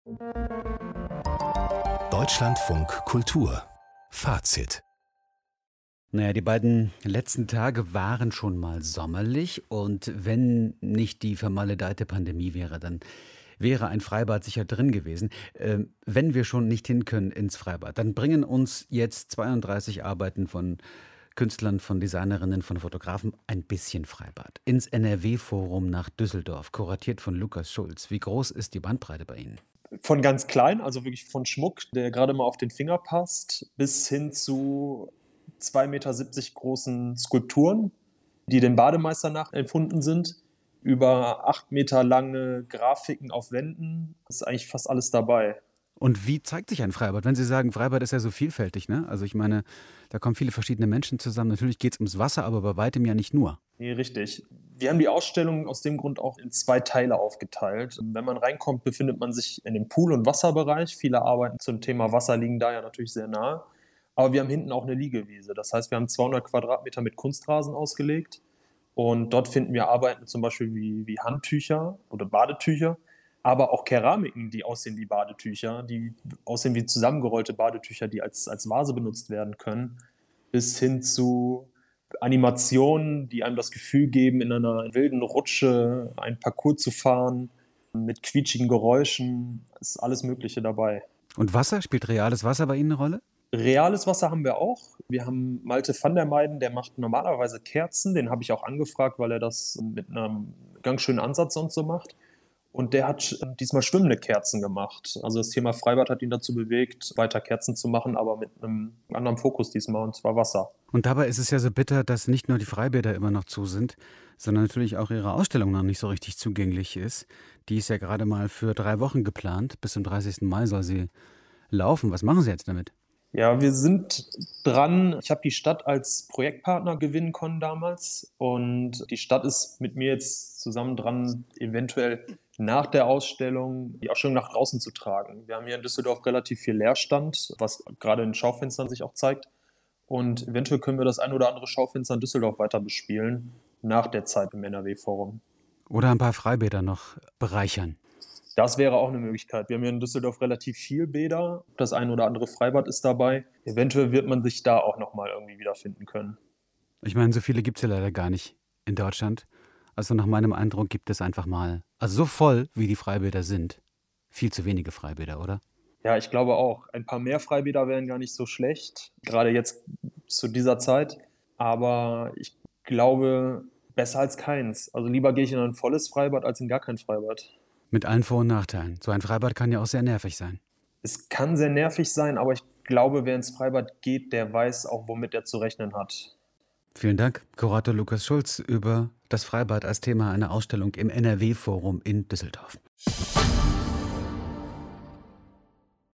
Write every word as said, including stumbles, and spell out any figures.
Deutschlandfunk Kultur Fazit. Naja, die beiden letzten Tage waren schon mal sommerlich und wenn nicht die vermaledeite Pandemie wäre, dann wäre ein Freibad sicher drin gewesen. Ähm, wenn wir schon nicht hin können ins Freibad, dann bringen uns jetzt zweiunddreißig Arbeiten von Künstlern, von Designerinnen, von Fotografen ein bisschen Freibad. Ins N R W-Forum nach Düsseldorf, kuratiert von Lukas Schulz. Wie groß ist die Bandbreite bei Ihnen? Von ganz klein, also wirklich von Schmuck, der gerade mal auf den Finger passt, bis hin zu zwei Meter siebzig großen Skulpturen, die dem Bademeister nachempfunden sind, über acht Meter lange Grafiken auf Wänden, ist eigentlich fast alles dabei. Und wie zeigt sich ein Freibad? Wenn Sie sagen, Freibad ist ja so vielfältig, ne? Also ich meine, da kommen viele verschiedene Menschen zusammen. Natürlich geht es ums Wasser, aber bei weitem ja nicht nur. Nee, richtig. Wir haben die Ausstellung aus dem Grund auch in zwei Teile aufgeteilt. Wenn man reinkommt, befindet man sich in dem Pool- und Wasserbereich. Viele Arbeiten zum Thema Wasser liegen da ja natürlich sehr nahe. Aber wir haben hinten auch eine Liegewiese. Das heißt, wir haben zweihundert Quadratmeter mit Kunstrasen ausgelegt. Und dort finden wir Arbeiten zum Beispiel wie, wie Handtücher oder Badetücher, aber auch Keramiken, die aussehen wie Badetücher, die aussehen wie zusammengerollte Badetücher, die als, als Vase benutzt werden können, bis hin zu Animationen, die einem das Gefühl geben, in einer wilden Rutsche einen Parcours zu fahren, mit quietschigen Geräuschen, ist alles Mögliche dabei. Und Wasser? Spielt reales Wasser bei Ihnen eine Rolle? Reales Wasser haben wir auch. Wir haben Malte van der Meiden, der macht normalerweise Kerzen. Den habe ich auch angefragt, weil er das mit einem ganz schönen Ansatz sonst so macht. Und der hat diesmal schwimmende Kerzen gemacht. Also das Thema Freibad hat ihn dazu bewegt, weiter Kerzen zu machen, aber mit einem anderen Fokus diesmal, und zwar Wasser. Und dabei ist es ja so bitter, dass nicht nur die Freibäder immer noch zu sind, sondern natürlich auch Ihre Ausstellung noch nicht so richtig zugänglich ist. Die ist ja gerade mal für drei Wochen geplant. Bis zum dreißigsten Mai soll sie laufen. Was machen Sie jetzt damit? Ja, wir sind dran. Ich habe die Stadt als Projektpartner gewinnen können damals. Und die Stadt ist mit mir jetzt zusammen dran, eventuell nach der Ausstellung die Ausstellung nach draußen zu tragen. Wir haben hier in Düsseldorf relativ viel Leerstand, was gerade in den Schaufenstern sich auch zeigt. Und eventuell können wir das ein oder andere Schaufenster in Düsseldorf weiter bespielen, nach der Zeit im N R W-Forum. Oder ein paar Freibäder noch bereichern. Das wäre auch eine Möglichkeit. Wir haben hier in Düsseldorf relativ viel Bäder. Das ein oder andere Freibad ist dabei. Eventuell wird man sich da auch nochmal irgendwie wiederfinden können. Ich meine, so viele gibt es ja leider gar nicht in Deutschland. Also nach meinem Eindruck gibt es einfach mal, also so voll wie die Freibäder sind, viel zu wenige Freibäder, oder? Ja, ich glaube auch. Ein paar mehr Freibäder wären gar nicht so schlecht, gerade jetzt zu dieser Zeit. Aber ich glaube, besser als keins. Also lieber gehe ich in ein volles Freibad als in gar kein Freibad. Mit allen Vor- und Nachteilen. So ein Freibad kann ja auch sehr nervig sein. Es kann sehr nervig sein, aber ich glaube, wer ins Freibad geht, der weiß auch, womit er zu rechnen hat. Vielen Dank, Kurator Lukas Schulz, über das Freibad als Thema einer Ausstellung im N R W-Forum in Düsseldorf.